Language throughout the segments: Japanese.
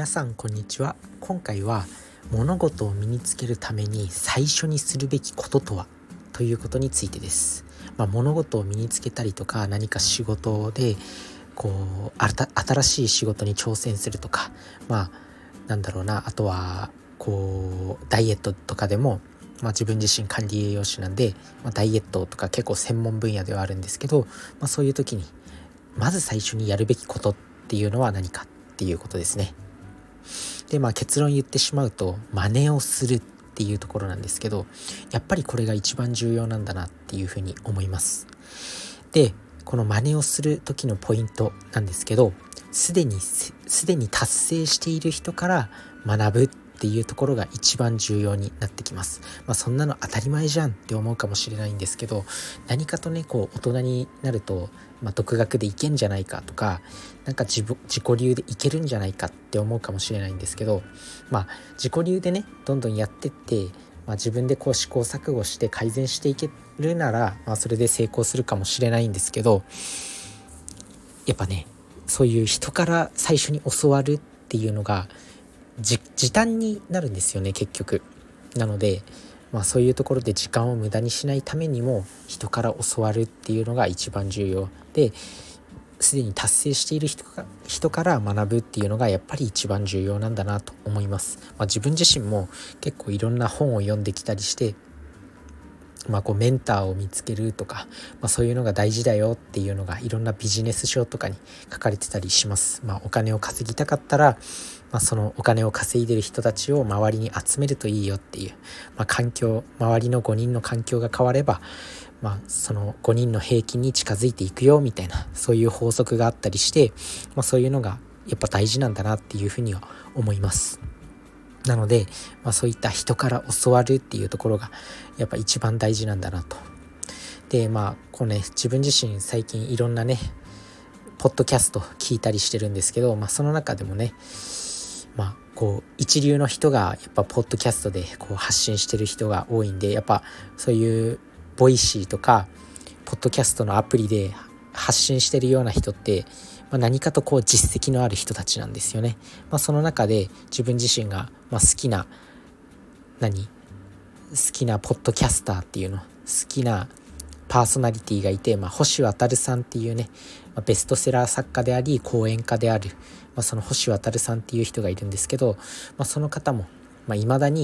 皆さんこんにちは。今回は物事を身につけるために最初にするべきこととはということについてです。物事を身につけたりとか、何か仕事で新しい仕事に挑戦するとか、あとはダイエットとかでも、自分自身管理栄養士なんで、ダイエットとか結構専門分野ではあるんですけど、そういう時にまず最初にやるべきことっていうのは何かっていうことですね。で、結論言ってしまうと、真似をするっていうところなんですけど、やっぱりこれが一番重要なんだなっていうふうに思います。で、この真似をする時のポイントなんですけど、すでに達成している人から学ぶっていうところが一番重要になってきます。そんなの当たり前じゃんって思うかもしれないんですけど、何かとね、大人になると、独学でいけんじゃないかとか、自己流でいけるんじゃないかって思うかもしれないんですけど、自己流でね、どんどんやってって、自分で試行錯誤して改善していけるなら、それで成功するかもしれないんですけど、やっぱね、そういう人から最初に教わるっていうのが時短になるんですよね、結局。なので、そういうところで時間を無駄にしないためにも、人から教わるっていうのが一番重要で、すでに達成している人から学ぶっていうのがやっぱり一番重要なんだなと思います。自分自身も結構いろんな本を読んできたりして、メンターを見つけるとか、そういうのが大事だよっていうのがいろんなビジネス書とかに書かれてたりします。お金を稼ぎたかったら、そのお金を稼いでる人たちを周りに集めるといいよっていう、周りの5人の環境が変われば、その5人の平均に近づいていくよみたいな、そういう法則があったりして、そういうのがやっぱ大事なんだなっていうふうには思います。なので、そういった人から教わるっていうところがやっぱ一番大事なんだなと。で、自分自身最近いろんなねポッドキャスト聞いたりしてるんですけど、その中でもね、一流の人がやっぱポッドキャストで発信してる人が多いんで、やっぱそういうボイシーとかポッドキャストのアプリで発信してるような人って、何かと実績のある人たちなんですよね。その中で自分自身が好きなポッドキャスターっていうの、好きなパーソナリティがいて、星渉さんっていうね、ベストセラー作家であり講演家である、その星渉さんっていう人がいるんですけど、その方も未だに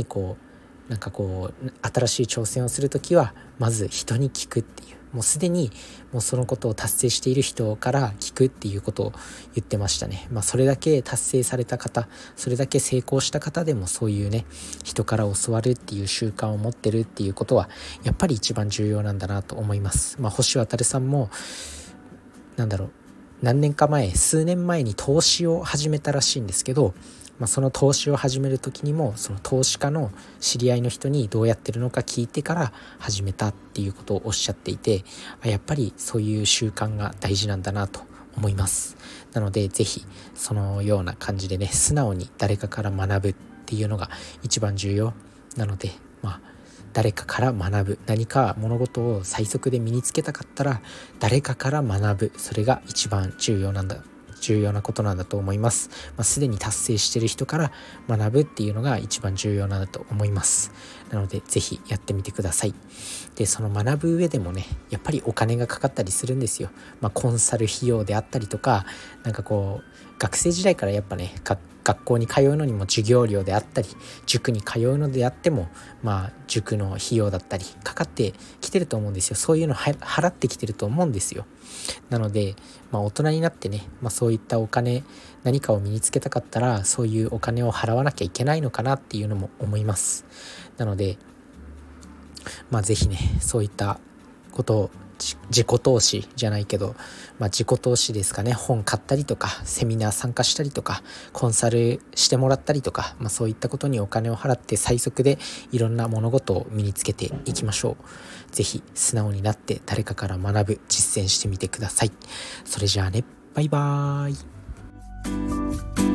新しい挑戦をするときはまず人に聞くっていう、もうすでにそのことを達成している人から聞くっていうことを言ってましたね。それだけ達成された方、それだけ成功した方でもそういうね、人から教わるっていう習慣を持ってるっていうことはやっぱり一番重要なんだなと思います。星渉さんも数年前に投資を始めたらしいんですけど、その投資を始める時にもその投資家の知り合いの人にどうやってるのか聞いてから始めたっていうことをおっしゃっていて、やっぱりそういう習慣が大事なんだなと思います。なのでぜひそのような感じでね、素直に誰かから学ぶっていうのが一番重要なので、誰かから学ぶ、何か物事を最速で身につけたかったら誰かから学ぶ、それが一番重要なことなんだと思います。すでに達成している人から学ぶっていうのが一番重要なんだと思います。なのでぜひやってみてください。で、その学ぶ上でもね、やっぱりお金がかかったりするんですよ。コンサル費用であったりとか、学生時代からやっぱね、学校に通うのにも授業料であったり、塾に通うのであっても塾の費用だったりかかってきてると思うんですよ。そういうの払ってきてると思うんですよ。なので大人になってね、そういったお金、何かを身につけたかったらそういうお金を払わなきゃいけないのかなっていうのも思います。なのでぜひね、そういったことを自己投資じゃないけど、自己投資ですかね。本買ったりとか、セミナー参加したりとか、コンサルしてもらったりとか、そういったことにお金を払って最速でいろんな物事を身につけていきましょう。ぜひ素直になって誰かから学ぶ、実践してみてください。それじゃあね、バイバーイ。